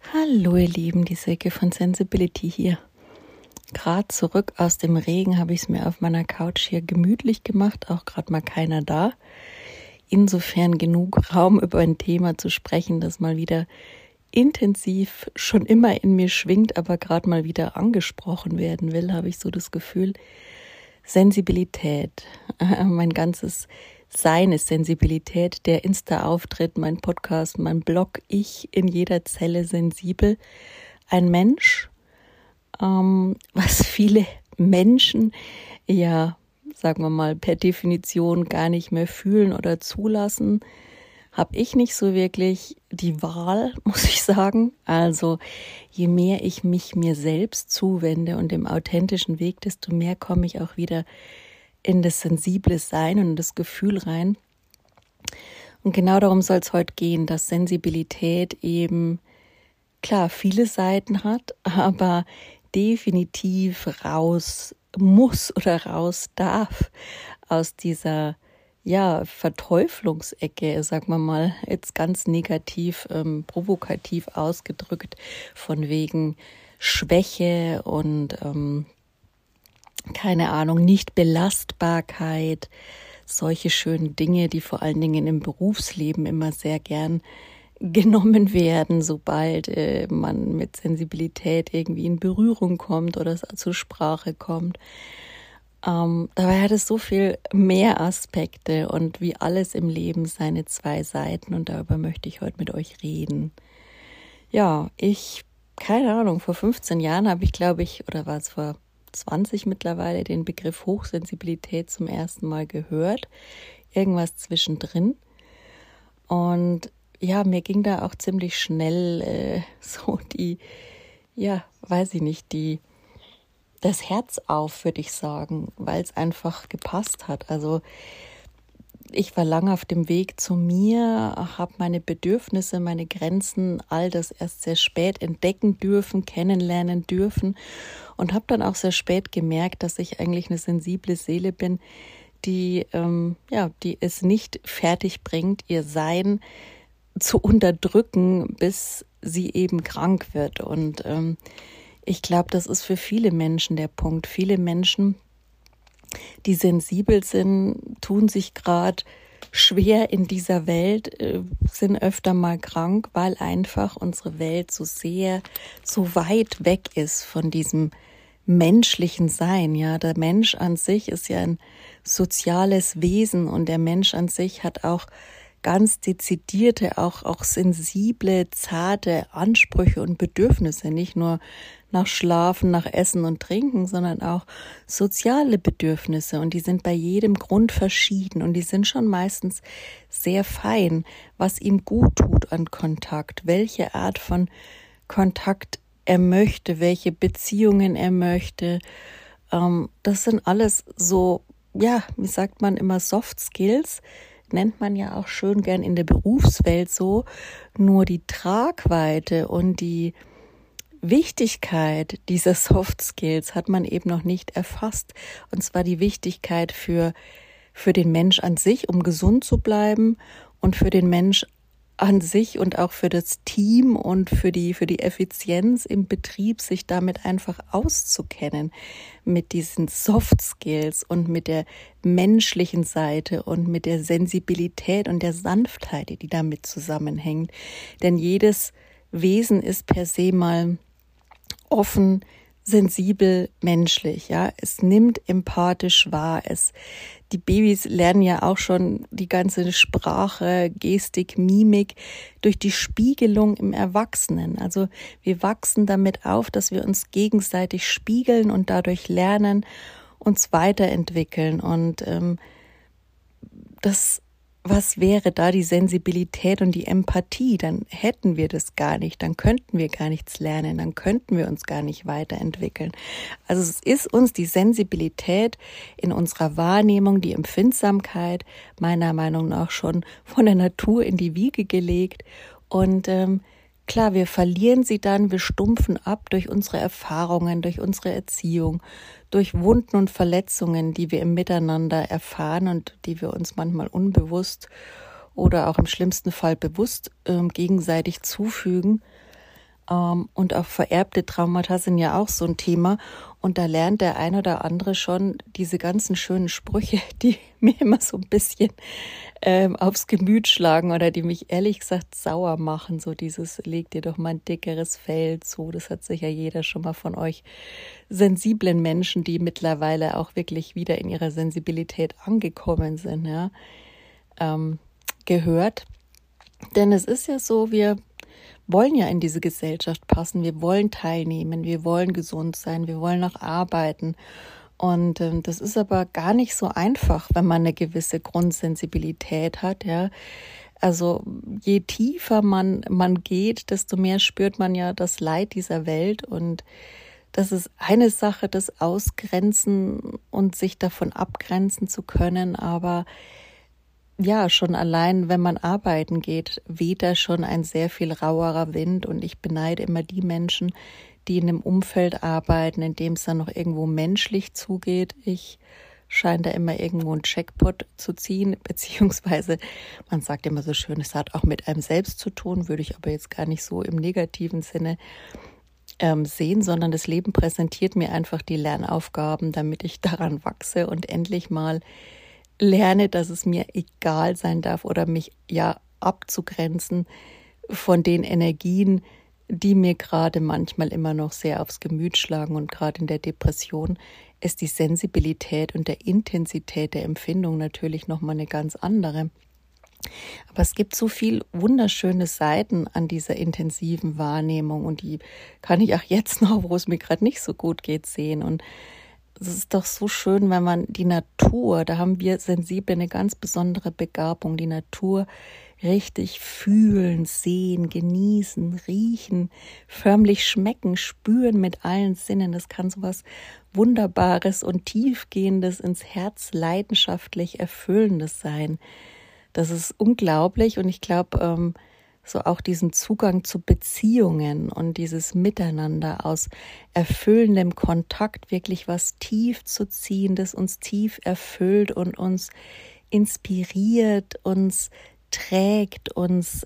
Hallo ihr Lieben, die Silke von Sensibility hier. Gerade zurück aus dem Regen habe ich es mir auf meiner Couch hier gemütlich gemacht, auch gerade mal keiner da. Insofern genug Raum über ein Thema zu sprechen, das mal wieder intensiv schon immer in mir schwingt, aber gerade mal wieder angesprochen werden will, habe ich so das Gefühl. Sensibilität, mein ganzes Sein ist Sensibilität, der Insta-Auftritt, mein Podcast, mein Blog, ich in jeder Zelle sensibel. Ein Mensch, was viele Menschen ja, sagen wir mal, per Definition gar nicht mehr fühlen oder zulassen, habe ich nicht so wirklich die Wahl, muss ich sagen. Also je mehr ich mich mir selbst zuwende und dem authentischen Weg, desto mehr komme ich auch wieder in das sensible Sein und das Gefühl rein. Und genau darum soll es heute gehen, dass Sensibilität eben, klar, viele Seiten hat, aber definitiv raus muss oder raus darf aus dieser Verteuflungsecke, sagen wir mal, jetzt ganz negativ, provokativ ausgedrückt, von wegen Schwäche und keine Ahnung, Nichtbelastbarkeit, solche schönen Dinge, die vor allen Dingen im Berufsleben immer sehr gern genommen werden, sobald man mit Sensibilität irgendwie in Berührung kommt oder es zur Sprache kommt. Dabei hat es so viel mehr Aspekte und wie alles im Leben seine zwei Seiten und darüber möchte ich heute mit euch reden. Ja, keine Ahnung, vor 15 Jahren habe ich, glaube ich, oder war es vor 20 mittlerweile, den Begriff Hochsensibilität zum ersten Mal gehört. Irgendwas zwischendrin. Und ja, mir ging da auch ziemlich schnell das Herz auf, würde ich sagen, weil es einfach gepasst hat. Also ich war lange auf dem Weg zu mir, habe meine Bedürfnisse, meine Grenzen, all das erst sehr spät entdecken dürfen, kennenlernen dürfen und habe dann auch sehr spät gemerkt, dass ich eigentlich eine sensible Seele bin, die es nicht fertig bringt, ihr Sein zu unterdrücken, bis sie eben krank wird. Und ich glaube, das ist für viele Menschen der Punkt. Viele Menschen, die sensibel sind, tun sich gerade schwer in dieser Welt, sind öfter mal krank, weil einfach unsere Welt so weit weg ist von diesem menschlichen Sein. Ja, der Mensch an sich ist ja ein soziales Wesen und der Mensch an sich hat auch ganz dezidierte, auch sensible, zarte Ansprüche und Bedürfnisse, nicht nur nach Schlafen, nach Essen und Trinken, sondern auch soziale Bedürfnisse und die sind bei jedem Grund verschieden und die sind schon meistens sehr fein, was ihm gut tut an Kontakt, welche Art von Kontakt er möchte, welche Beziehungen er möchte. Das sind alles so, ja, wie sagt man immer, Soft Skills, nennt man ja auch schön gern in der Berufswelt so, nur die Tragweite und die Wichtigkeit dieser Soft Skills hat man eben noch nicht erfasst. Und zwar die Wichtigkeit für den Mensch an sich, um gesund zu bleiben und für den Mensch an sich und auch für das Team und für die Effizienz im Betrieb, sich damit einfach auszukennen mit diesen Soft Skills und mit der menschlichen Seite und mit der Sensibilität und der Sanftheit, die damit zusammenhängt. Denn jedes Wesen ist per se mal offen, sensibel, menschlich, ja. Es nimmt empathisch wahr. Die Babys lernen ja auch schon die ganze Sprache, Gestik, Mimik durch die Spiegelung im Erwachsenen. Also wir wachsen damit auf, dass wir uns gegenseitig spiegeln und dadurch lernen, uns weiterentwickeln. Und was wäre da die Sensibilität und die Empathie? Dann hätten wir das gar nicht, dann könnten wir gar nichts lernen, dann könnten wir uns gar nicht weiterentwickeln. Also es ist uns die Sensibilität in unserer Wahrnehmung, die Empfindsamkeit, meiner Meinung nach schon von der Natur in die Wiege gelegt. Und klar, wir verlieren sie dann, wir stumpfen ab durch unsere Erfahrungen, durch unsere Erziehung, durch Wunden und Verletzungen, die wir im Miteinander erfahren und die wir uns manchmal unbewusst oder auch im schlimmsten Fall bewusst gegenseitig zufügen. Und auch vererbte Traumata sind ja auch so ein Thema. Und da lernt der ein oder andere schon diese ganzen schönen Sprüche, die mir immer so ein bisschen aufs Gemüt schlagen oder die mich ehrlich gesagt sauer machen. So dieses, leg dir doch mal ein dickeres Fell zu. Das hat sicher jeder schon mal von euch sensiblen Menschen, die mittlerweile auch wirklich wieder in ihrer Sensibilität angekommen sind, ja, gehört. Denn es ist ja so, wir wollen ja in diese Gesellschaft passen, wir wollen teilnehmen, wir wollen gesund sein, wir wollen auch arbeiten. Und das ist aber gar nicht so einfach, wenn man eine gewisse Grundsensibilität hat, ja. Also je tiefer man geht, desto mehr spürt man ja das Leid dieser Welt. Und das ist eine Sache, das Ausgrenzen und sich davon abgrenzen zu können, aber ja, schon allein, wenn man arbeiten geht, weht da schon ein sehr viel rauerer Wind und ich beneide immer die Menschen, die in einem Umfeld arbeiten, in dem es dann noch irgendwo menschlich zugeht. Ich scheine da immer irgendwo einen Jackpot zu ziehen, beziehungsweise man sagt immer so schön, es hat auch mit einem selbst zu tun, würde ich aber jetzt gar nicht so im negativen Sinne sehen, sondern das Leben präsentiert mir einfach die Lernaufgaben, damit ich daran wachse und endlich mal lerne, dass es mir egal sein darf oder mich ja abzugrenzen von den Energien, die mir gerade manchmal immer noch sehr aufs Gemüt schlagen. Und gerade in der Depression ist die Sensibilität und der Intensität der Empfindung natürlich nochmal eine ganz andere. Aber es gibt so viel wunderschöne Seiten an dieser intensiven Wahrnehmung und die kann ich auch jetzt noch, wo es mir gerade nicht so gut geht, sehen. Und es ist doch so schön, wenn man die Natur, da haben wir Sensible eine ganz besondere Begabung, die Natur richtig fühlen, sehen, genießen, riechen, förmlich schmecken, spüren mit allen Sinnen. Das kann so was Wunderbares und Tiefgehendes ins Herz leidenschaftlich Erfüllendes sein. Das ist unglaublich und ich glaube, so auch diesen Zugang zu Beziehungen und dieses Miteinander aus erfüllendem Kontakt, wirklich was tief zu ziehen, das uns tief erfüllt und uns inspiriert, uns trägt, uns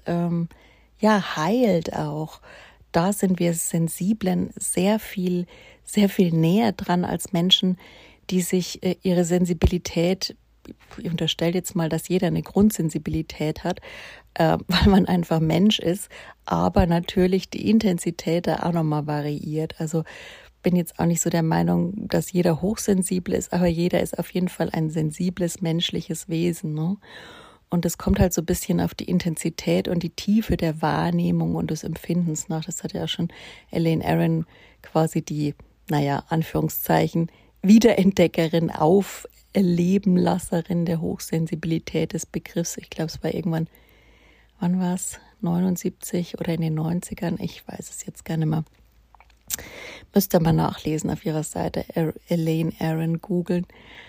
heilt auch. Da sind wir Sensiblen sehr viel näher dran als Menschen, die sich ihre Sensibilität, ich unterstelle jetzt mal, dass jeder eine Grundsensibilität hat, weil man einfach Mensch ist, aber natürlich die Intensität da auch nochmal variiert. Also bin jetzt auch nicht so der Meinung, dass jeder hochsensibel ist, aber jeder ist auf jeden Fall ein sensibles menschliches Wesen, ne? Und es kommt halt so ein bisschen auf die Intensität und die Tiefe der Wahrnehmung und des Empfindens nach. Das hat ja auch schon Elaine Aron quasi die, Anführungszeichen, Wiederentdeckerin Auflebenlasserin der Hochsensibilität des Begriffs. Ich glaube, es war irgendwann, wann war es? 79 oder in den 90ern? Ich weiß es jetzt gar nicht mehr. Müsst ihr mal nachlesen auf ihrer Seite, Elaine Aron googeln.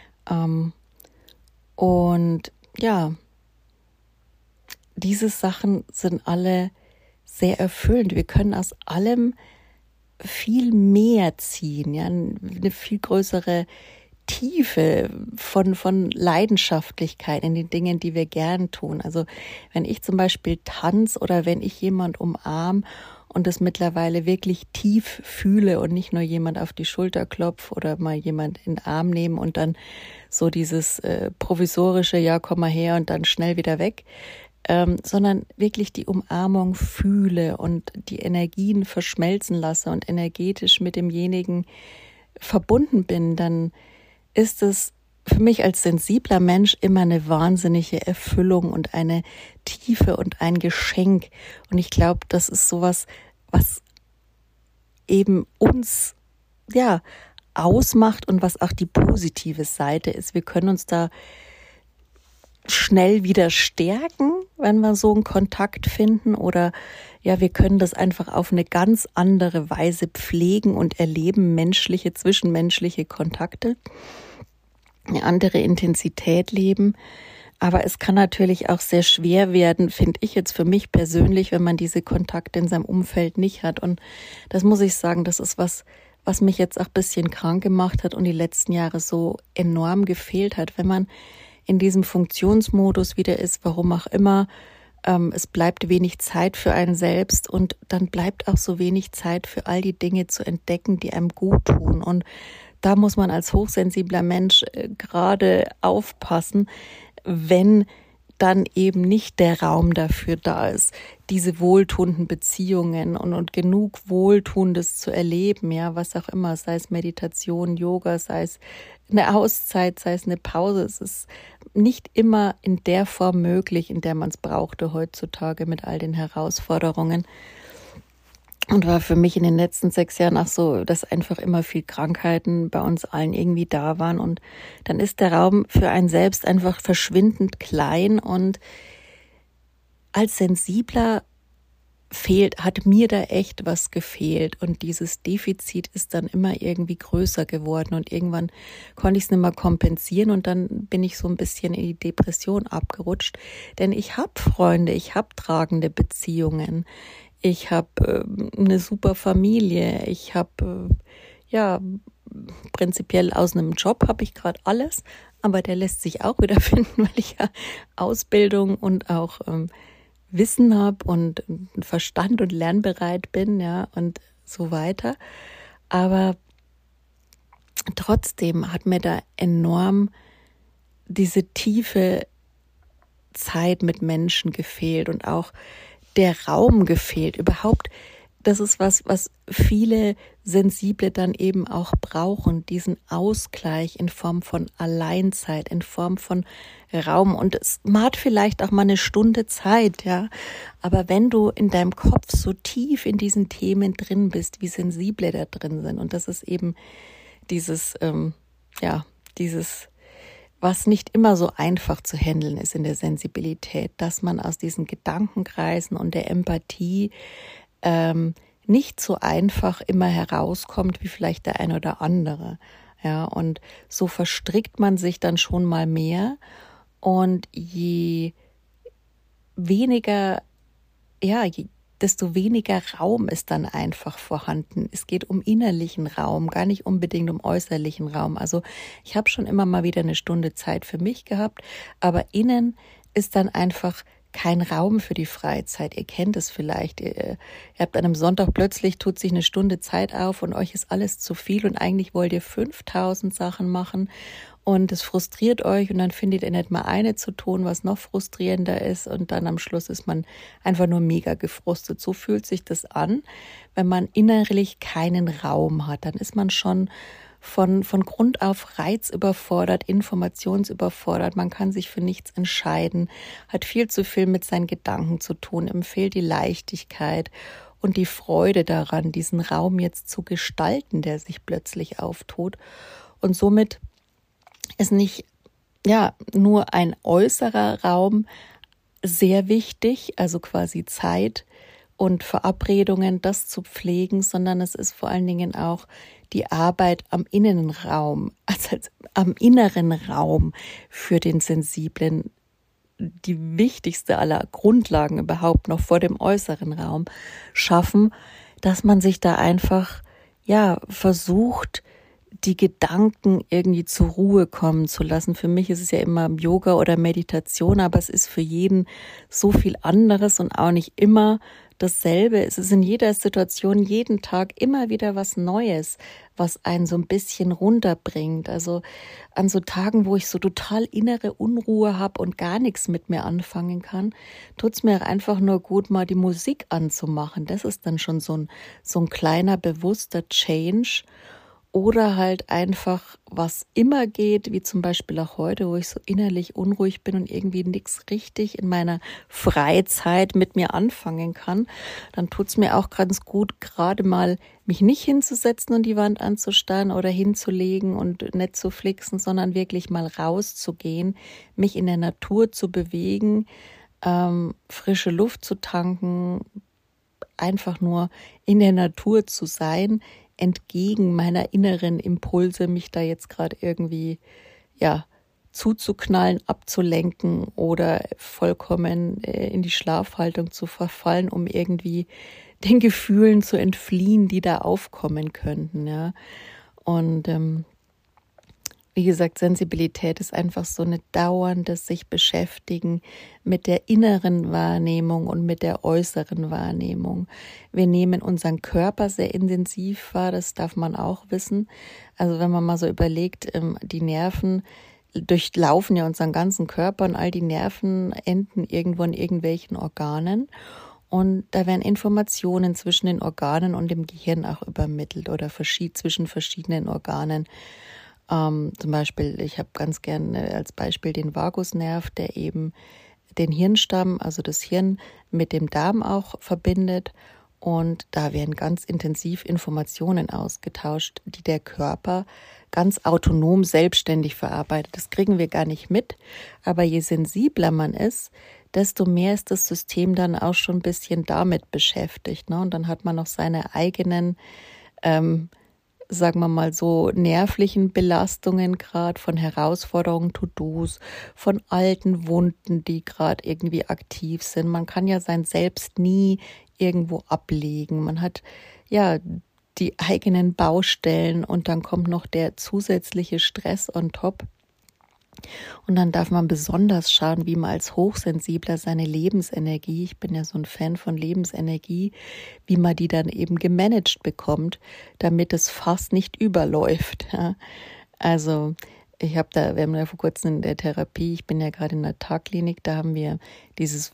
Und ja, diese Sachen sind alle sehr erfüllend. Wir können aus allem viel mehr ziehen, ja, eine viel größere Tiefe von Leidenschaftlichkeit in den Dingen, die wir gern tun. Also wenn ich zum Beispiel tanze oder wenn ich jemand umarme und das mittlerweile wirklich tief fühle und nicht nur jemand auf die Schulter klopfe oder mal jemand in den Arm nehmen und dann so dieses provisorische, ja, komm mal her und dann schnell wieder weg, sondern wirklich die Umarmung fühle und die Energien verschmelzen lasse und energetisch mit demjenigen verbunden bin, dann ist es für mich als sensibler Mensch immer eine wahnsinnige Erfüllung und eine Tiefe und ein Geschenk. Und ich glaube, das ist sowas, was eben uns ausmacht und was auch die positive Seite ist. Wir können uns da schnell wieder stärken, wenn wir so einen Kontakt finden, oder ja, wir können das einfach auf eine ganz andere Weise pflegen und erleben, zwischenmenschliche Kontakte, eine andere Intensität leben. Aber es kann natürlich auch sehr schwer werden, finde ich jetzt für mich persönlich, wenn man diese Kontakte in seinem Umfeld nicht hat. Und das muss ich sagen, das ist was mich jetzt auch ein bisschen krank gemacht hat und die letzten Jahre so enorm gefehlt hat, wenn man in diesem Funktionsmodus wieder ist, warum auch immer, Es bleibt wenig Zeit für einen selbst und dann bleibt auch so wenig Zeit für all die Dinge zu entdecken, die einem gut tun. Und da muss man als hochsensibler Mensch gerade aufpassen, wenn dann eben nicht der Raum dafür da ist, diese wohltuenden Beziehungen und genug Wohltuendes zu erleben, ja, was auch immer, sei es Meditation, Yoga, sei es eine Auszeit, sei es eine Pause. Es ist nicht immer in der Form möglich, in der man es brauchte heutzutage mit all den Herausforderungen. Und war für mich in den letzten 6 Jahren auch so, dass einfach immer viel Krankheiten bei uns allen irgendwie da waren. Und dann ist der Raum für einen selbst einfach verschwindend klein. Und als Sensibler hat mir da echt was gefehlt. Und dieses Defizit ist dann immer irgendwie größer geworden. Und irgendwann konnte ich es nicht mehr kompensieren. Und dann bin ich so ein bisschen in die Depression abgerutscht. Denn ich habe Freunde, ich habe tragende Beziehungen. Ich habe eine super Familie. Ich habe, prinzipiell aus einem Job habe ich gerade alles, aber der lässt sich auch wieder finden, weil ich ja Ausbildung und auch Wissen habe und Verstand und lernbereit bin, ja, und so weiter. Aber trotzdem hat mir da enorm diese tiefe Zeit mit Menschen gefehlt und auch der Raum gefehlt. Überhaupt, das ist was viele Sensible dann eben auch brauchen, diesen Ausgleich in Form von Alleinzeit, in Form von Raum. Und man hat vielleicht auch mal eine Stunde Zeit, ja. Aber wenn du in deinem Kopf so tief in diesen Themen drin bist, wie Sensible da drin sind, und das ist eben dieses, was nicht immer so einfach zu handeln ist in der Sensibilität, dass man aus diesen Gedankenkreisen und der Empathie nicht so einfach immer herauskommt wie vielleicht der ein oder andere. Ja, und so verstrickt man sich dann schon mal mehr und desto weniger Raum ist dann einfach vorhanden. Es geht um innerlichen Raum, gar nicht unbedingt um äußerlichen Raum. Also ich habe schon immer mal wieder eine Stunde Zeit für mich gehabt, aber innen ist dann einfach kein Raum für die Freizeit. Ihr kennt es vielleicht. Ihr habt an einem Sonntag plötzlich, tut sich eine Stunde Zeit auf und euch ist alles zu viel und eigentlich wollt ihr 5000 Sachen machen und es frustriert euch und dann findet ihr nicht mal eine zu tun, was noch frustrierender ist und dann am Schluss ist man einfach nur mega gefrustet. So fühlt sich das an, wenn man innerlich keinen Raum hat. Dann ist man schon von Grund auf reizüberfordert, informationsüberfordert. Man kann sich für nichts entscheiden, hat viel zu viel mit seinen Gedanken zu tun, ihm fehlt die Leichtigkeit und die Freude daran, diesen Raum jetzt zu gestalten, der sich plötzlich auftut. Und somit ist nicht nur ein äußerer Raum sehr wichtig, also quasi Zeit und Verabredungen, das zu pflegen, sondern es ist vor allen Dingen auch die Arbeit am Innenraum, also am inneren Raum für den Sensiblen, die wichtigste aller Grundlagen überhaupt noch vor dem äußeren Raum schaffen, dass man sich da einfach versucht, die Gedanken irgendwie zur Ruhe kommen zu lassen. Für mich ist es ja immer Yoga oder Meditation, aber es ist für jeden so viel anderes und auch nicht immer dasselbe. Es ist in jeder Situation, jeden Tag immer wieder was Neues, was einen so ein bisschen runterbringt. Also an so Tagen, wo ich so total innere Unruhe habe und gar nichts mit mir anfangen kann, tut's mir einfach nur gut, mal die Musik anzumachen. Das ist dann schon so ein kleiner bewusster Change. Oder halt einfach, was immer geht, wie zum Beispiel auch heute, wo ich so innerlich unruhig bin und irgendwie nichts richtig in meiner Freizeit mit mir anfangen kann, dann tut's mir auch ganz gut, gerade mal mich nicht hinzusetzen und die Wand anzustarren oder hinzulegen und nicht zu flixen, sondern wirklich mal rauszugehen, mich in der Natur zu bewegen, frische Luft zu tanken, einfach nur in der Natur zu sein, entgegen meiner inneren Impulse, mich da jetzt gerade irgendwie zuzuknallen, abzulenken oder vollkommen in die Schlafhaltung zu verfallen, um irgendwie den Gefühlen zu entfliehen, die da aufkommen könnten. Ja. Und Wie gesagt, Sensibilität ist einfach so eine dauerndes sich beschäftigen mit der inneren Wahrnehmung und mit der äußeren Wahrnehmung. Wir nehmen unseren Körper sehr intensiv wahr, das darf man auch wissen. Also wenn man mal so überlegt, die Nerven durchlaufen ja unseren ganzen Körper und all die Nerven enden irgendwo in irgendwelchen Organen. Und da werden Informationen zwischen den Organen und dem Gehirn auch übermittelt oder zwischen verschiedenen Organen. Zum Beispiel, ich habe ganz gerne als Beispiel den Vagusnerv, der eben den Hirnstamm, also das Hirn, mit dem Darm auch verbindet. Und da werden ganz intensiv Informationen ausgetauscht, die der Körper ganz autonom selbstständig verarbeitet. Das kriegen wir gar nicht mit. Aber je sensibler man ist, desto mehr ist das System dann auch schon ein bisschen damit beschäftigt. Ne? Und dann hat man noch seine eigenen sagen wir mal so, nervlichen Belastungen gerade, von Herausforderungen, To-Dos, von alten Wunden, die gerade irgendwie aktiv sind. Man kann ja sein Selbst nie irgendwo ablegen. Man hat ja die eigenen Baustellen und dann kommt noch der zusätzliche Stress on top. Und dann darf man besonders schauen, wie man als Hochsensibler seine Lebensenergie, ich bin ja so ein Fan von Lebensenergie, wie man die dann eben gemanagt bekommt, damit es fast nicht überläuft. Ja. Also wir haben ja vor kurzem in der Therapie, ich bin ja gerade in der Tagklinik, da haben wir dieses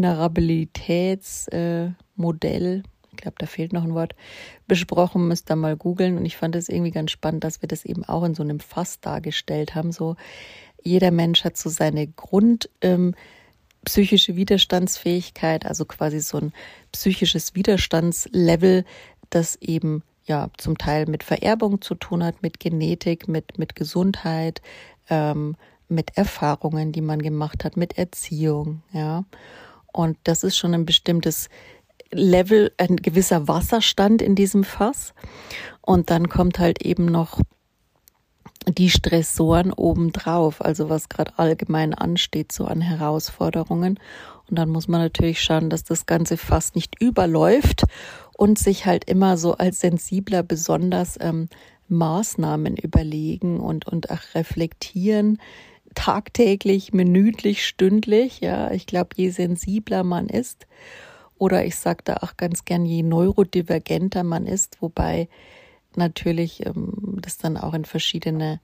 Vulnerabilitätsmodell, ich glaube, da fehlt noch ein Wort, besprochen, müsst ihr mal googeln. Und ich fand es irgendwie ganz spannend, dass wir das eben auch in so einem Fass dargestellt haben, so jeder Mensch hat so seine psychische Widerstandsfähigkeit, also quasi so ein psychisches Widerstandslevel, das eben ja zum Teil mit Vererbung zu tun hat, mit Genetik, mit Gesundheit, mit Erfahrungen, die man gemacht hat, mit Erziehung, ja. Und das ist schon ein bestimmtes Level, ein gewisser Wasserstand in diesem Fass. Und dann kommt halt eben noch die Stressoren obendrauf, also was gerade allgemein ansteht, so an Herausforderungen. Und dann muss man natürlich schauen, dass das Ganze fast nicht überläuft und sich halt immer so als Sensibler besonders Maßnahmen überlegen und auch reflektieren, tagtäglich, minütlich, stündlich. Ja, ich glaube, je sensibler man ist, oder ich sage da auch ganz gern, je neurodivergenter man ist, wobei natürlich das dann auch in verschiedene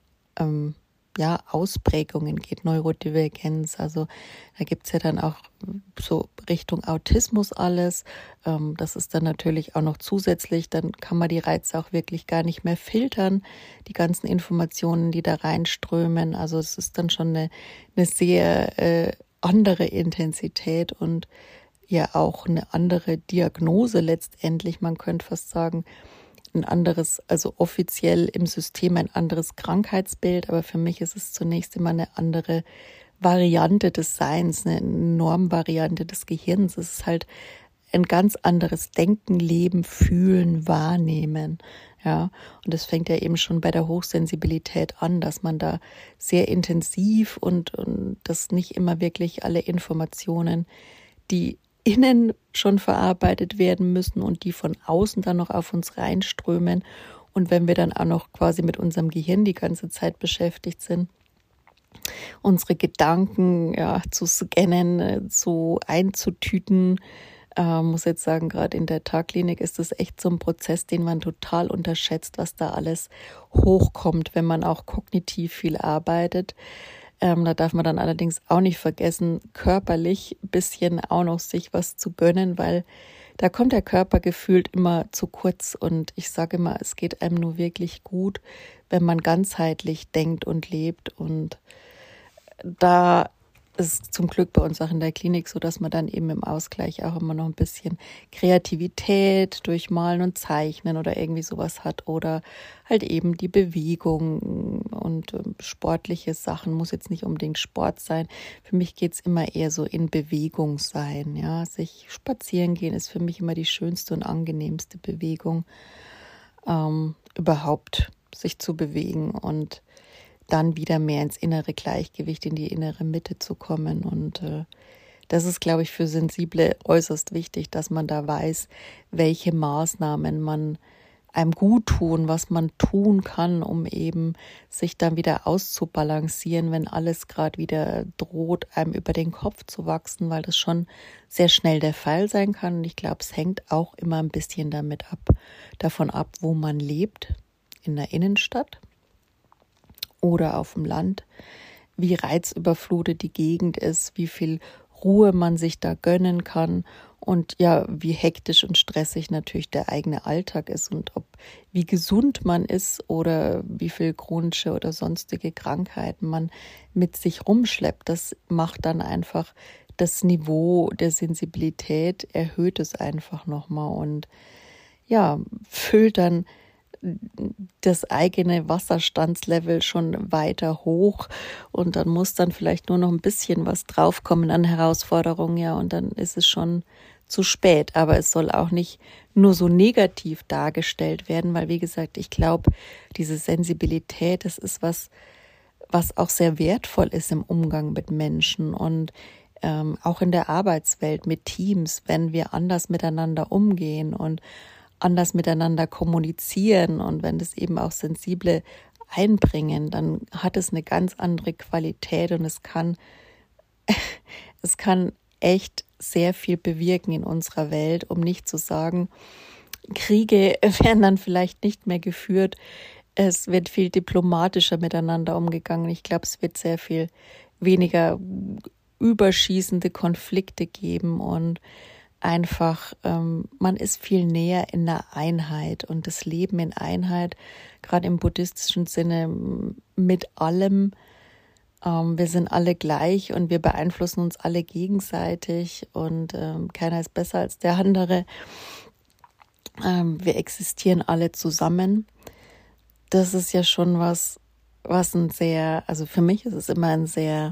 Ausprägungen geht, Neurodivergenz. Also da gibt's ja dann auch so Richtung Autismus alles. Das ist dann natürlich auch noch zusätzlich, dann kann man die Reize auch wirklich gar nicht mehr filtern, die ganzen Informationen, die da reinströmen. Also es ist dann schon eine sehr andere Intensität und ja auch eine andere Diagnose letztendlich. Man könnte fast sagen, ein anderes, also offiziell im System ein anderes Krankheitsbild, aber für mich ist es zunächst immer eine andere Variante des Seins, eine Normvariante des Gehirns. Es ist halt ein ganz anderes Denken, Leben, Fühlen, Wahrnehmen. Ja, und das fängt ja eben schon bei der Hochsensibilität an, dass man da sehr intensiv und das nicht immer wirklich alle Informationen, die innen schon verarbeitet werden müssen und die von außen dann noch auf uns reinströmen. Und wenn wir dann auch noch quasi mit unserem Gehirn die ganze Zeit beschäftigt sind, unsere Gedanken zu scannen, so einzutüten, muss jetzt sagen, gerade in der Tagklinik ist das echt so ein Prozess, den man total unterschätzt, was da alles hochkommt, wenn man auch kognitiv viel arbeitet. Da darf man dann allerdings auch nicht vergessen, körperlich ein bisschen auch noch sich was zu gönnen, weil da kommt der Körper gefühlt immer zu kurz. Und ich sage immer, es geht einem nur wirklich gut, wenn man ganzheitlich denkt und lebt. Und da ist zum Glück bei uns auch in der Klinik so, dass man dann eben im Ausgleich auch immer noch ein bisschen Kreativität durch Malen und Zeichnen oder irgendwie sowas hat oder halt eben die Bewegung und sportliche Sachen, muss jetzt nicht unbedingt Sport sein. Für mich geht's immer eher so in Bewegung sein, ja. Sich spazieren gehen ist für mich immer die schönste und angenehmste Bewegung, überhaupt sich zu bewegen und dann wieder mehr ins innere Gleichgewicht, in die innere Mitte zu kommen. Und das ist, glaube ich, für Sensible äußerst wichtig, dass man da weiß, welche Maßnahmen man einem gut tun, was man tun kann, um eben sich dann wieder auszubalancieren, wenn alles gerade wieder droht, einem über den Kopf zu wachsen, weil das schon sehr schnell der Fall sein kann. Und ich glaube, es hängt auch immer ein bisschen davon ab, wo man lebt, in der Innenstadt oder auf dem Land, wie reizüberflutet die Gegend ist, wie viel Ruhe man sich da gönnen kann und ja, wie hektisch und stressig natürlich der eigene Alltag ist und wie gesund man ist oder wie viel chronische oder sonstige Krankheiten man mit sich rumschleppt. Das macht dann einfach das Niveau der Sensibilität, erhöht es einfach nochmal und ja, füllt dann das eigene Wasserstandslevel schon weiter hoch und dann muss dann vielleicht nur noch ein bisschen was draufkommen an Herausforderungen, ja, und dann ist es schon zu spät. Aber es soll auch nicht nur so negativ dargestellt werden, weil, wie gesagt, ich glaube, diese Sensibilität, das ist was auch sehr wertvoll ist im Umgang mit Menschen und auch in der Arbeitswelt mit Teams, wenn wir anders miteinander umgehen und anders miteinander kommunizieren und wenn das eben auch Sensible einbringen, dann hat es eine ganz andere Qualität und es kann echt sehr viel bewirken in unserer Welt, um nicht zu sagen, Kriege werden dann vielleicht nicht mehr geführt, es wird viel diplomatischer miteinander umgegangen. Ich glaube, es wird sehr viel weniger überschießende Konflikte geben und einfach, man ist viel näher in der Einheit und das Leben in Einheit, gerade im buddhistischen Sinne mit allem. Wir sind alle gleich und wir beeinflussen uns alle gegenseitig und keiner ist besser als der andere. Wir existieren alle zusammen. Das ist ja schon was ein sehr, also für mich ist es immer ein sehr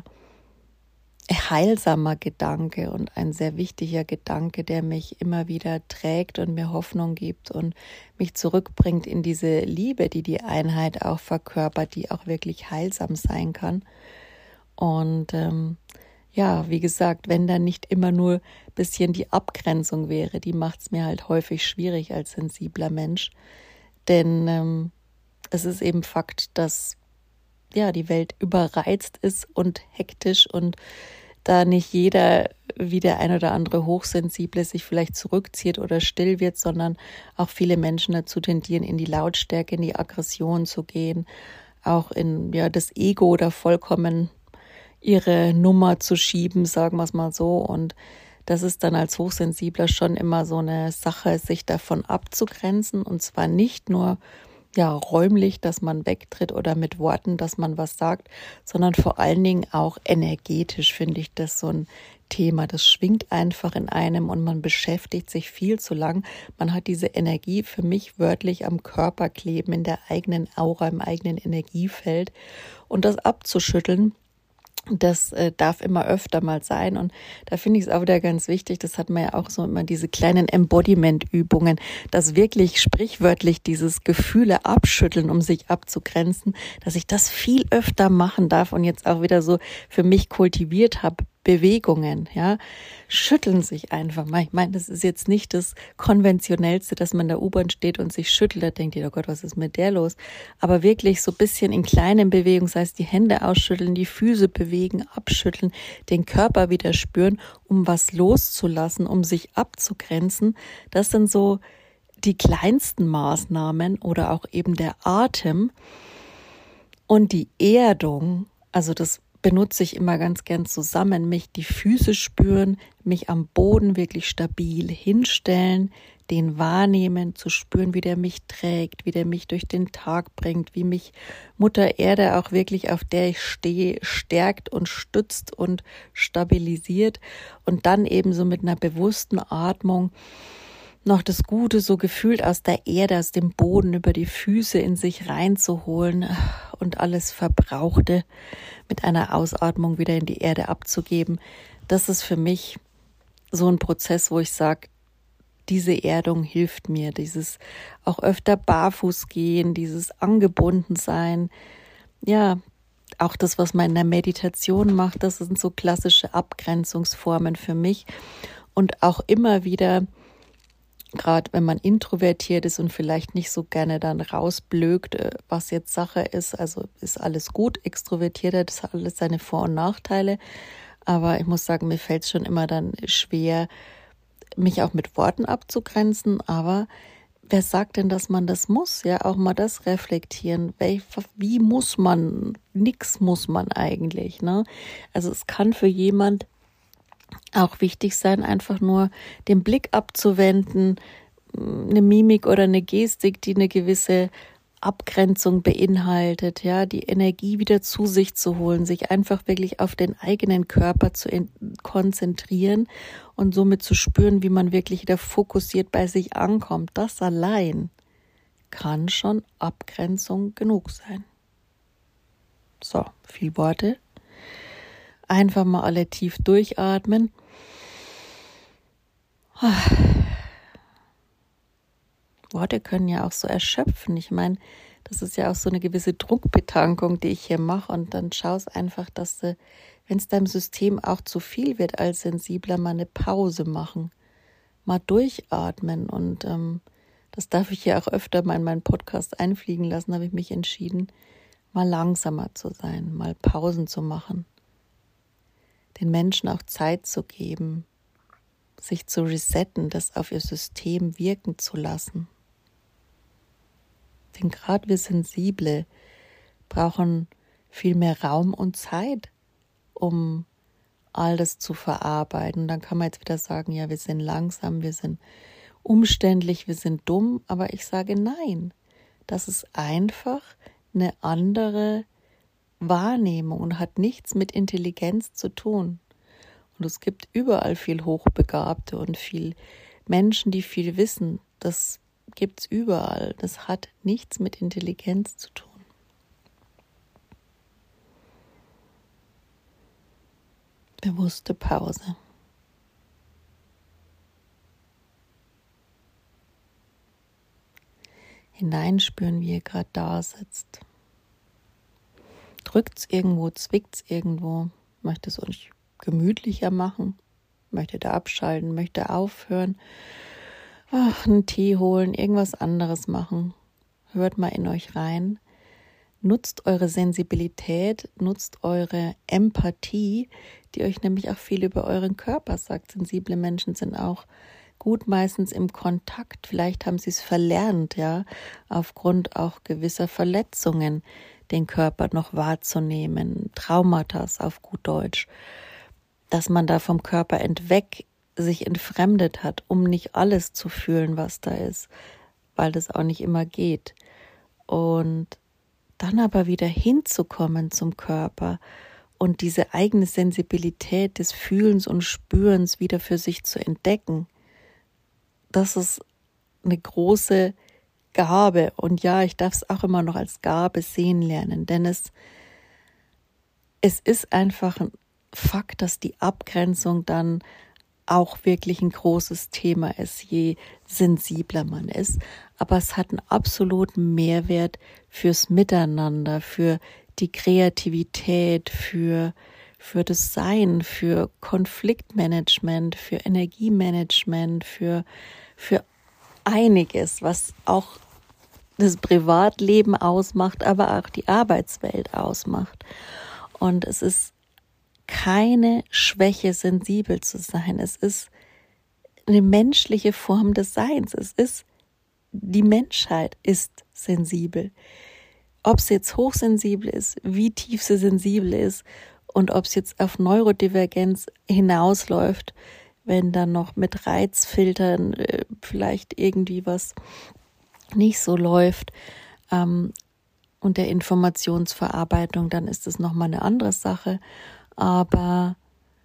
heilsamer Gedanke und ein sehr wichtiger Gedanke, der mich immer wieder trägt und mir Hoffnung gibt und mich zurückbringt in diese Liebe, die die Einheit auch verkörpert, die auch wirklich heilsam sein kann. Und ja, wie gesagt, wenn da nicht immer nur ein bisschen die Abgrenzung wäre, die macht es mir halt häufig schwierig als sensibler Mensch. Denn es ist eben Fakt, dass ja die Welt überreizt ist und hektisch und da nicht jeder wie der ein oder andere Hochsensible sich vielleicht zurückzieht oder still wird, sondern auch viele Menschen dazu tendieren, in die Lautstärke, in die Aggression zu gehen, auch in das Ego oder vollkommen ihre Nummer zu schieben, sagen wir es mal so. Und das ist dann als Hochsensibler schon immer so eine Sache, sich davon abzugrenzen und zwar nicht nur räumlich, dass man wegtritt oder mit Worten, dass man was sagt, sondern vor allen Dingen auch energetisch finde ich das so ein Thema. Das schwingt einfach in einem und man beschäftigt sich viel zu lang. Man hat diese Energie für mich wörtlich am Körper kleben, in der eigenen Aura, im eigenen Energiefeld und das abzuschütteln, das darf immer öfter mal sein und da finde ich es auch wieder ganz wichtig, das hat man ja auch so immer diese kleinen Embodiment-Übungen, dass wirklich sprichwörtlich dieses Gefühle abschütteln, um sich abzugrenzen, dass ich das viel öfter machen darf und jetzt auch wieder so für mich kultiviert habe, Bewegungen, schütteln sich einfach mal. Ich meine, das ist jetzt nicht das Konventionellste, dass man in der U-Bahn steht und sich schüttelt, da denkt ihr, oh Gott, was ist mit der los? Aber wirklich so ein bisschen in kleinen Bewegungen, das heißt die Hände ausschütteln, die Füße bewegen, abschütteln, den Körper wieder spüren, um was loszulassen, um sich abzugrenzen. Das sind so die kleinsten Maßnahmen oder auch eben der Atem und die Erdung, also das benutze ich immer ganz gern zusammen, mich die Füße spüren, mich am Boden wirklich stabil hinstellen, den wahrnehmen, zu spüren, wie der mich trägt, wie der mich durch den Tag bringt, wie mich Mutter Erde auch wirklich, auf der ich stehe, stärkt und stützt und stabilisiert und dann eben so mit einer bewussten Atmung noch das Gute so gefühlt aus der Erde, aus dem Boden über die Füße in sich reinzuholen und alles Verbrauchte mit einer Ausatmung wieder in die Erde abzugeben. Das ist für mich so ein Prozess, wo ich sage, diese Erdung hilft mir, dieses auch öfter barfuß gehen, dieses angebunden sein, auch das, was man in der Meditation macht, das sind so klassische Abgrenzungsformen für mich und auch immer wieder gerade wenn man introvertiert ist und vielleicht nicht so gerne dann rausblökt, was jetzt Sache ist. Also ist alles gut, Extrovertierter, das hat alles seine Vor- und Nachteile. Aber ich muss sagen, mir fällt es schon immer dann schwer, mich auch mit Worten abzugrenzen. Aber wer sagt denn, dass man das muss? Ja, auch mal das reflektieren. Wie muss man? Nix muss man eigentlich, ne? Also es kann für jemand auch wichtig sein, einfach nur den Blick abzuwenden, eine Mimik oder eine Gestik, die eine gewisse Abgrenzung beinhaltet, ja, die Energie wieder zu sich zu holen, sich einfach wirklich auf den eigenen Körper zu konzentrieren und somit zu spüren, wie man wirklich wieder fokussiert bei sich ankommt. Das allein kann schon Abgrenzung genug sein. So, viel Worte. Einfach mal alle tief durchatmen. Worte können ja auch so erschöpfen. Ich meine, das ist ja auch so eine gewisse Druckbetankung, die ich hier mache. Und dann schaust einfach, dass du, wenn es deinem System auch zu viel wird, als Sensibler mal eine Pause machen. Mal durchatmen. Und das darf ich ja auch öfter mal in meinen Podcast einfliegen lassen, habe ich mich entschieden, mal langsamer zu sein, mal Pausen zu machen. Den Menschen auch Zeit zu geben, sich zu resetten, das auf ihr System wirken zu lassen. Denn gerade wir Sensible brauchen viel mehr Raum und Zeit, um all das zu verarbeiten. Und dann kann man jetzt wieder sagen, ja, wir sind langsam, wir sind umständlich, wir sind dumm. Aber ich sage nein, das ist einfach eine andere Wahrnehmung und hat nichts mit Intelligenz zu tun. Und es gibt überall viel Hochbegabte und viel Menschen, die viel wissen. Das gibt's überall. Das hat nichts mit Intelligenz zu tun. Bewusste Pause. Hineinspüren, wie ihr gerade da sitzt. Drückt's irgendwo, zwickt's irgendwo, möchte es euch gemütlicher machen, möchtet ihr abschalten, möchtet ihr aufhören, einen Tee holen, irgendwas anderes machen. Hört mal in euch rein. Nutzt eure Sensibilität, nutzt eure Empathie, die euch nämlich auch viel über euren Körper sagt. Sensible Menschen sind auch gut meistens im Kontakt. Vielleicht haben sie es verlernt, ja, aufgrund auch gewisser Verletzungen den Körper noch wahrzunehmen, Traumata auf gut Deutsch, dass man da vom Körper sich entfremdet hat, um nicht alles zu fühlen, was da ist, weil das auch nicht immer geht. Und dann aber wieder hinzukommen zum Körper und diese eigene Sensibilität des Fühlens und Spürens wieder für sich zu entdecken, das ist eine große Gabe. Und ja, ich darf es auch immer noch als Gabe sehen lernen, denn es ist einfach ein Fakt, dass die Abgrenzung dann auch wirklich ein großes Thema ist, je sensibler man ist. Aber es hat einen absoluten Mehrwert fürs Miteinander, für die Kreativität, für das Sein, für Konfliktmanagement, für Energiemanagement, für einiges, was auch das Privatleben ausmacht, aber auch die Arbeitswelt ausmacht. Und es ist keine Schwäche, sensibel zu sein. Es ist eine menschliche Form des Seins. Die Menschheit ist sensibel. Ob es jetzt hochsensibel ist, wie tief sie sensibel ist und ob es jetzt auf Neurodivergenz hinausläuft, wenn dann noch mit Reizfiltern vielleicht irgendwie was nicht so läuft und der Informationsverarbeitung, dann ist es nochmal eine andere Sache. Aber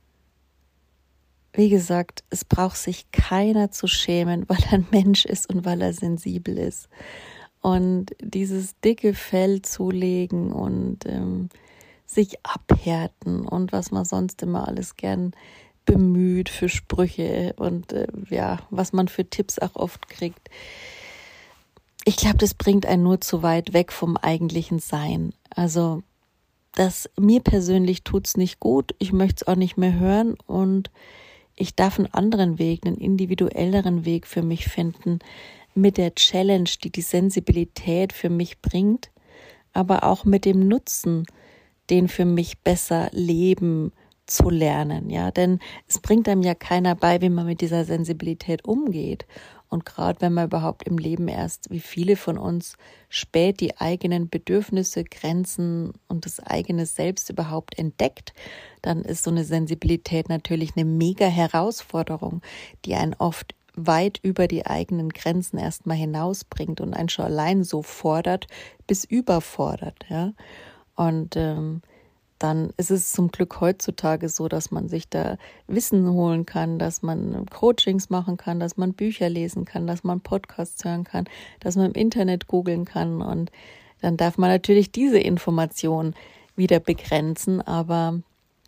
wie gesagt, es braucht sich keiner zu schämen, weil er ein Mensch ist und weil er sensibel ist. Und dieses dicke Fell zulegen und sich abhärten und was man sonst immer alles gern bemüht für Sprüche und was man für Tipps auch oft kriegt. Ich glaube, das bringt einen nur zu weit weg vom eigentlichen Sein. Also mir persönlich tut's nicht gut. Ich möchte es auch nicht mehr hören und ich darf einen anderen Weg, einen individuelleren Weg für mich finden, mit der Challenge, die die Sensibilität für mich bringt, aber auch mit dem Nutzen, den für mich besser leben zu lernen. Ja, denn es bringt einem ja keiner bei, wie man mit dieser Sensibilität umgeht. Und gerade wenn man überhaupt im Leben erst, wie viele von uns, spät die eigenen Bedürfnisse, Grenzen und das eigene Selbst überhaupt entdeckt, dann ist so eine Sensibilität natürlich eine mega Herausforderung, die einen oft weit über die eigenen Grenzen erstmal hinausbringt und einen schon allein so fordert bis überfordert. Ja? Und dann ist es zum Glück heutzutage so, dass man sich da Wissen holen kann, dass man Coachings machen kann, dass man Bücher lesen kann, dass man Podcasts hören kann, dass man im Internet googeln kann. Und dann darf man natürlich diese Information wieder begrenzen, aber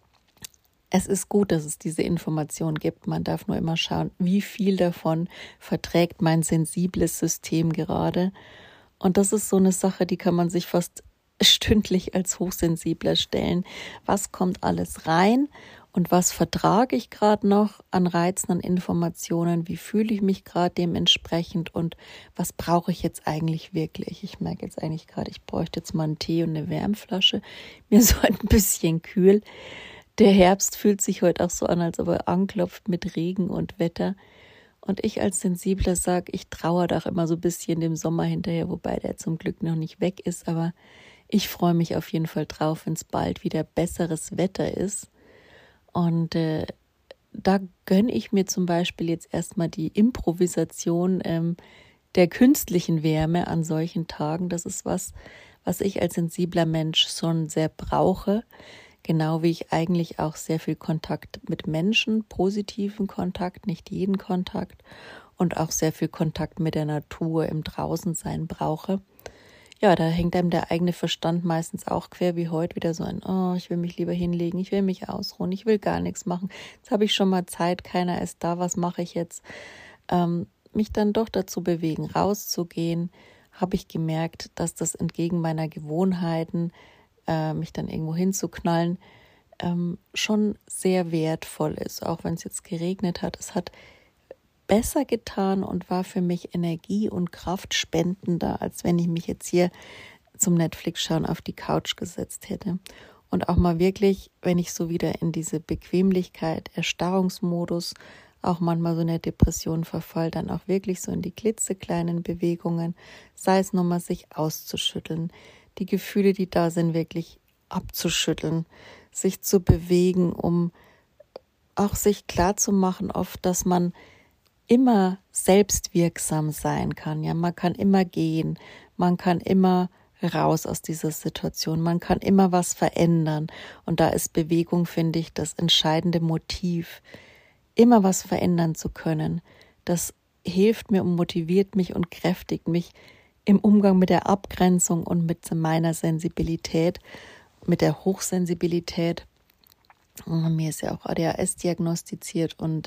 es ist gut, dass es diese Information gibt. Man darf nur immer schauen, wie viel davon verträgt mein sensibles System gerade. Und das ist so eine Sache, die kann man sich fast stündlich als hochsensibler stellen. Was kommt alles rein und was vertrage ich gerade noch an Reizen, an Informationen? Wie fühle ich mich gerade dementsprechend und was brauche ich jetzt eigentlich wirklich? Ich merke jetzt eigentlich gerade, ich bräuchte jetzt mal einen Tee und eine Wärmflasche. Mir ist heute ein bisschen kühl. Der Herbst fühlt sich heute auch so an, als ob er anklopft mit Regen und Wetter. Und ich als Sensibler sage, ich trauere doch immer so ein bisschen dem Sommer hinterher, wobei der zum Glück noch nicht weg ist, aber ich freue mich auf jeden Fall drauf, wenn es bald wieder besseres Wetter ist. Und da gönne ich mir zum Beispiel jetzt erstmal die Improvisation der künstlichen Wärme an solchen Tagen. Das ist was ich als sensibler Mensch schon sehr brauche. Genau wie ich eigentlich auch sehr viel Kontakt mit Menschen, positiven Kontakt, nicht jeden Kontakt und auch sehr viel Kontakt mit der Natur im Draußensein brauche. Ja, da hängt einem der eigene Verstand meistens auch quer wie heute wieder so ein, oh, ich will mich lieber hinlegen, ich will mich ausruhen, ich will gar nichts machen. Jetzt habe ich schon mal Zeit, keiner ist da, was mache ich jetzt? Mich dann doch dazu bewegen, rauszugehen, habe ich gemerkt, dass das entgegen meiner Gewohnheiten, mich dann irgendwo hinzuknallen, schon sehr wertvoll ist, auch wenn es jetzt geregnet hat. Es hat besser getan und war für mich energie- und kraftspendender, als wenn ich mich jetzt hier zum Netflix-Schauen auf die Couch gesetzt hätte. Und auch mal wirklich, wenn ich so wieder in diese Bequemlichkeit, Erstarrungsmodus, auch manchmal so eine Depression verfall, dann auch wirklich so in die klitzekleinen Bewegungen, sei es nur mal sich auszuschütteln, die Gefühle, die da sind, wirklich abzuschütteln, sich zu bewegen, um auch sich klarzumachen oft, dass man immer selbstwirksam sein kann. Ja, man kann immer gehen, man kann immer raus aus dieser Situation, man kann immer was verändern. Und da ist Bewegung, finde ich, das entscheidende Motiv, immer was verändern zu können. Das hilft mir und motiviert mich und kräftigt mich im Umgang mit der Abgrenzung und mit meiner Sensibilität, mit der Hochsensibilität. Und mir ist ja auch ADHS diagnostiziert und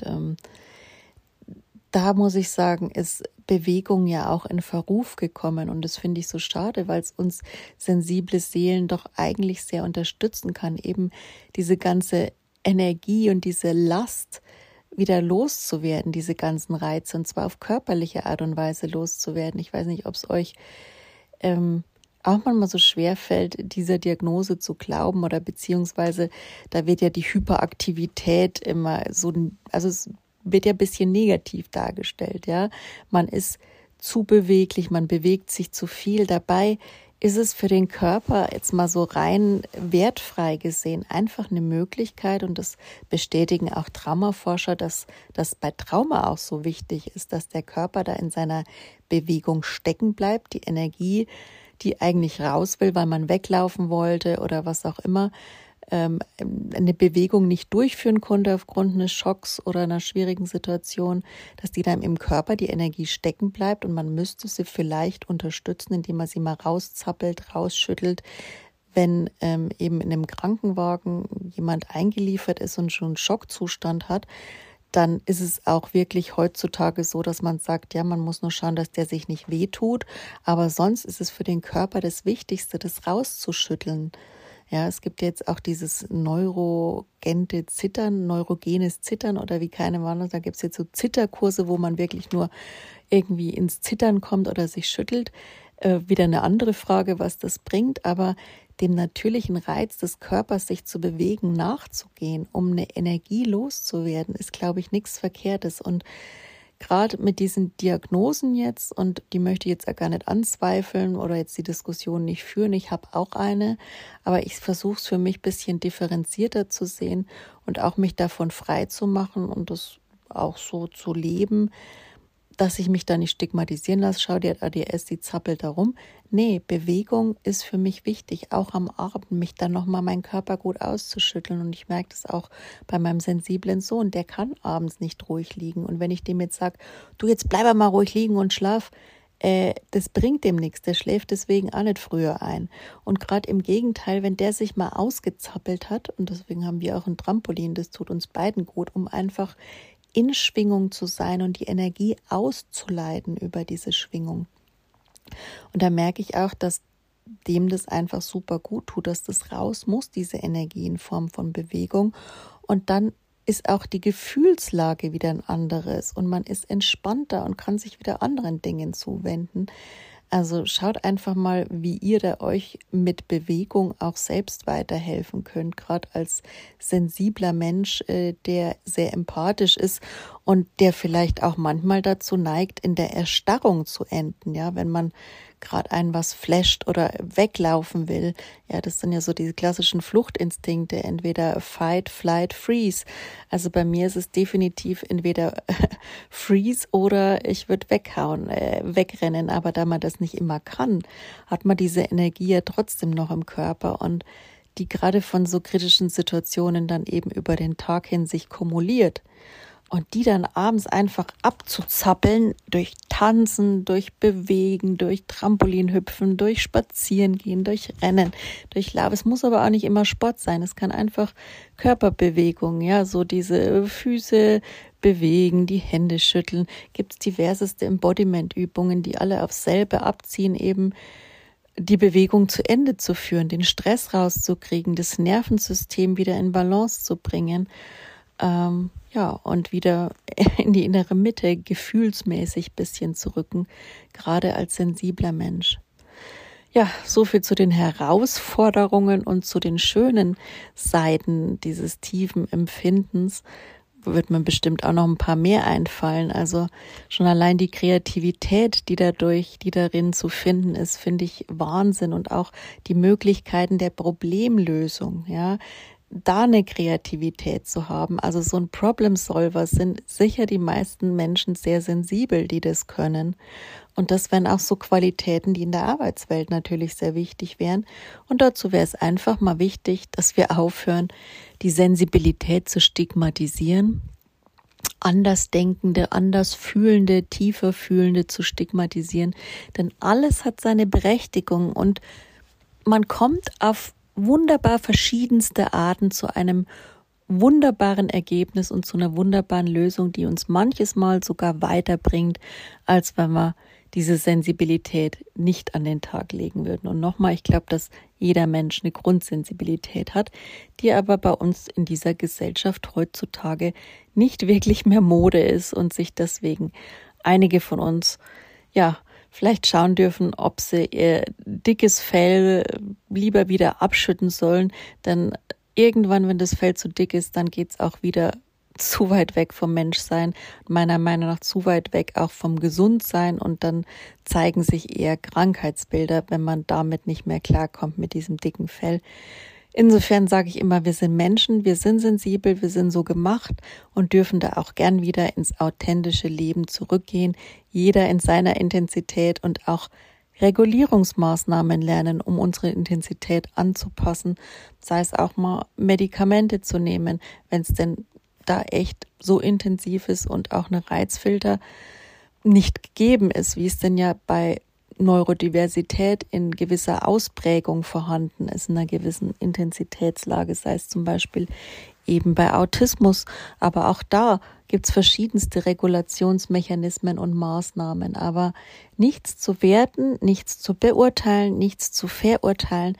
da muss ich sagen, ist Bewegung ja auch in Verruf gekommen und das finde ich so schade, weil es uns sensible Seelen doch eigentlich sehr unterstützen kann, eben diese ganze Energie und diese Last wieder loszuwerden, diese ganzen Reize, und zwar auf körperliche Art und Weise loszuwerden. Ich weiß nicht, ob es euch auch manchmal so schwer fällt, dieser Diagnose zu glauben oder beziehungsweise da wird ja die Hyperaktivität immer so, also es wird ja ein bisschen negativ dargestellt, ja. Man ist zu beweglich, man bewegt sich zu viel. Dabei ist es für den Körper jetzt mal so rein wertfrei gesehen einfach eine Möglichkeit, und das bestätigen auch Traumaforscher, dass das bei Trauma auch so wichtig ist, dass der Körper da in seiner Bewegung stecken bleibt, die Energie, die eigentlich raus will, weil man weglaufen wollte oder was auch immer, eine Bewegung nicht durchführen konnte aufgrund eines Schocks oder einer schwierigen Situation, dass die dann im Körper die Energie stecken bleibt und man müsste sie vielleicht unterstützen, indem man sie mal rauszappelt, rausschüttelt. Wenn eben in einem Krankenwagen jemand eingeliefert ist und schon einen Schockzustand hat, dann ist es auch wirklich heutzutage so, dass man sagt, ja, man muss nur schauen, dass der sich nicht wehtut, aber sonst ist es für den Körper das Wichtigste, das rauszuschütteln. Ja, es gibt jetzt auch dieses neurogenes Zittern oder wie keine Ahnung, da gibt es jetzt so Zitterkurse, wo man wirklich nur irgendwie ins Zittern kommt oder sich schüttelt. Wieder eine andere Frage, was das bringt, aber dem natürlichen Reiz des Körpers, sich zu bewegen, nachzugehen, um eine Energie loszuwerden, ist, glaube ich, nichts Verkehrtes. Und gerade mit diesen Diagnosen jetzt, und die möchte ich jetzt auch gar nicht anzweifeln oder jetzt die Diskussion nicht führen, ich habe auch eine, aber ich versuche es für mich ein bisschen differenzierter zu sehen und auch mich davon frei zu machen und das auch so zu leben, dass ich mich da nicht stigmatisieren lasse. Schau, die hat ADS, die zappelt da rum. Nee, Bewegung ist für mich wichtig, auch am Abend, mich dann nochmal meinen Körper gut auszuschütteln. Und ich merke das auch bei meinem sensiblen Sohn, der kann abends nicht ruhig liegen. Und wenn ich dem jetzt sage, du, jetzt bleib mal ruhig liegen und schlaf, das bringt dem nichts, der schläft deswegen auch nicht früher ein. Und gerade im Gegenteil, wenn der sich mal ausgezappelt hat, und deswegen haben wir auch ein Trampolin, das tut uns beiden gut, um einfach in Schwingung zu sein und die Energie auszuleiten über diese Schwingung. Und da merke ich auch, dass dem das einfach super gut tut, dass das raus muss, diese Energie in Form von Bewegung. Und dann ist auch die Gefühlslage wieder ein anderes und man ist entspannter und kann sich wieder anderen Dingen zuwenden. Also schaut einfach mal, wie ihr da euch mit Bewegung auch selbst weiterhelfen könnt, gerade als sensibler Mensch, der sehr empathisch ist und der vielleicht auch manchmal dazu neigt, in der Erstarrung zu enden, ja, wenn man gerade einen was flasht oder weglaufen will. Ja, das sind ja so diese klassischen Fluchtinstinkte, entweder Fight, Flight, Freeze. Also bei mir ist es definitiv entweder Freeze oder ich würde wegrennen. Aber da man das nicht immer kann, hat man diese Energie ja trotzdem noch im Körper und die gerade von so kritischen Situationen dann eben über den Tag hin sich kumuliert. Und die dann abends einfach abzuzappeln, durch Tanzen, durch Bewegen, durch Trampolinhüpfen, durch Spazierengehen, durch Rennen, durch Lauf. Es muss aber auch nicht immer Sport sein. Es kann einfach Körperbewegung, ja, so diese Füße bewegen, die Hände schütteln. Gibt es diverseste Embodiment-Übungen, die alle aufs selbe abziehen, eben die Bewegung zu Ende zu führen, den Stress rauszukriegen, das Nervensystem wieder in Balance zu bringen. Und wieder in die innere Mitte gefühlsmäßig ein bisschen zu rücken, gerade als sensibler Mensch. Ja, so viel zu den Herausforderungen und zu den schönen Seiten dieses tiefen Empfindens. Wird mir bestimmt auch noch ein paar mehr einfallen. Also schon allein die Kreativität, die darin zu finden ist, finde ich Wahnsinn. Und auch die Möglichkeiten der Problemlösung, ja, da eine Kreativität zu haben. Also so ein Problem-Solver sind sicher die meisten Menschen sehr sensibel, die das können. Und das wären auch so Qualitäten, die in der Arbeitswelt natürlich sehr wichtig wären. Und dazu wäre es einfach mal wichtig, dass wir aufhören, die Sensibilität zu stigmatisieren, Andersdenkende, Andersfühlende, tiefer Fühlende zu stigmatisieren. Denn alles hat seine Berechtigung und man kommt auf wunderbar verschiedenste Arten zu einem wunderbaren Ergebnis und zu einer wunderbaren Lösung, die uns manches Mal sogar weiterbringt, als wenn wir diese Sensibilität nicht an den Tag legen würden. Und nochmal, ich glaube, dass jeder Mensch eine Grundsensibilität hat, die aber bei uns in dieser Gesellschaft heutzutage nicht wirklich mehr Mode ist und sich deswegen einige von uns, ja, vielleicht schauen dürfen, ob sie ihr dickes Fell lieber wieder abschütten sollen, denn irgendwann, wenn das Fell zu dick ist, dann geht's auch wieder zu weit weg vom Menschsein, meiner Meinung nach zu weit weg auch vom Gesundsein und dann zeigen sich eher Krankheitsbilder, wenn man damit nicht mehr klarkommt mit diesem dicken Fell. Insofern sage ich immer, wir sind Menschen, wir sind sensibel, wir sind so gemacht und dürfen da auch gern wieder ins authentische Leben zurückgehen, jeder in seiner Intensität und auch Regulierungsmaßnahmen lernen, um unsere Intensität anzupassen, sei es auch mal Medikamente zu nehmen, wenn es denn da echt so intensiv ist und auch eine Reizfilter nicht gegeben ist, wie es denn ja bei Neurodiversität in gewisser Ausprägung vorhanden ist, in einer gewissen Intensitätslage, sei es zum Beispiel eben bei Autismus. Aber auch da gibt es verschiedenste Regulationsmechanismen und Maßnahmen. Aber nichts zu werten, nichts zu beurteilen, nichts zu verurteilen,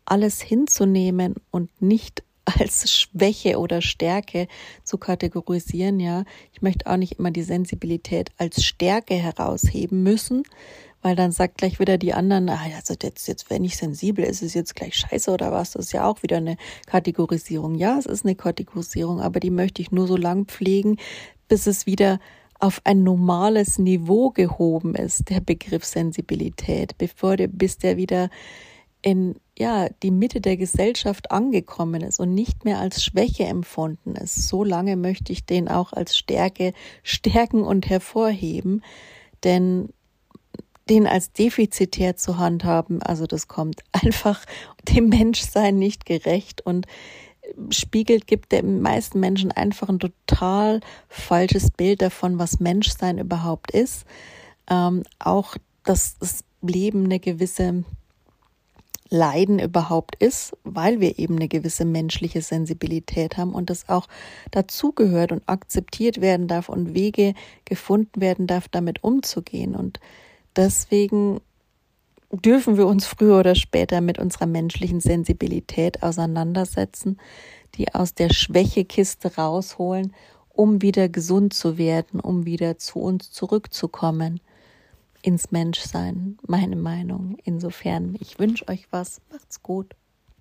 alles hinzunehmen und nicht als Schwäche oder Stärke zu kategorisieren, ja. Ich möchte auch nicht immer die Sensibilität als Stärke herausheben müssen, weil dann sagt gleich wieder die anderen, also jetzt wenn ich sensibel, ist es jetzt gleich scheiße oder was? Das ist ja auch wieder eine Kategorisierung. Ja, es ist eine Kategorisierung, aber die möchte ich nur so lang pflegen, bis es wieder auf ein normales Niveau gehoben ist, der Begriff Sensibilität, bis der wieder in die Mitte der Gesellschaft angekommen ist und nicht mehr als Schwäche empfunden ist. So lange möchte ich den auch als Stärke stärken und hervorheben, denn den als defizitär zu handhaben, also das kommt einfach dem Menschsein nicht gerecht und gibt den meisten Menschen einfach ein total falsches Bild davon, was Menschsein überhaupt ist. Auch, dass das Leben eine gewisse Leiden überhaupt ist, weil wir eben eine gewisse menschliche Sensibilität haben und das auch dazugehört und akzeptiert werden darf und Wege gefunden werden darf, damit umzugehen. Und deswegen dürfen wir uns früher oder später mit unserer menschlichen Sensibilität auseinandersetzen, die aus der Schwächekiste rausholen, um wieder gesund zu werden, um wieder zu uns zurückzukommen. Ins Menschsein, meine Meinung. Insofern, ich wünsche euch was. Macht's gut.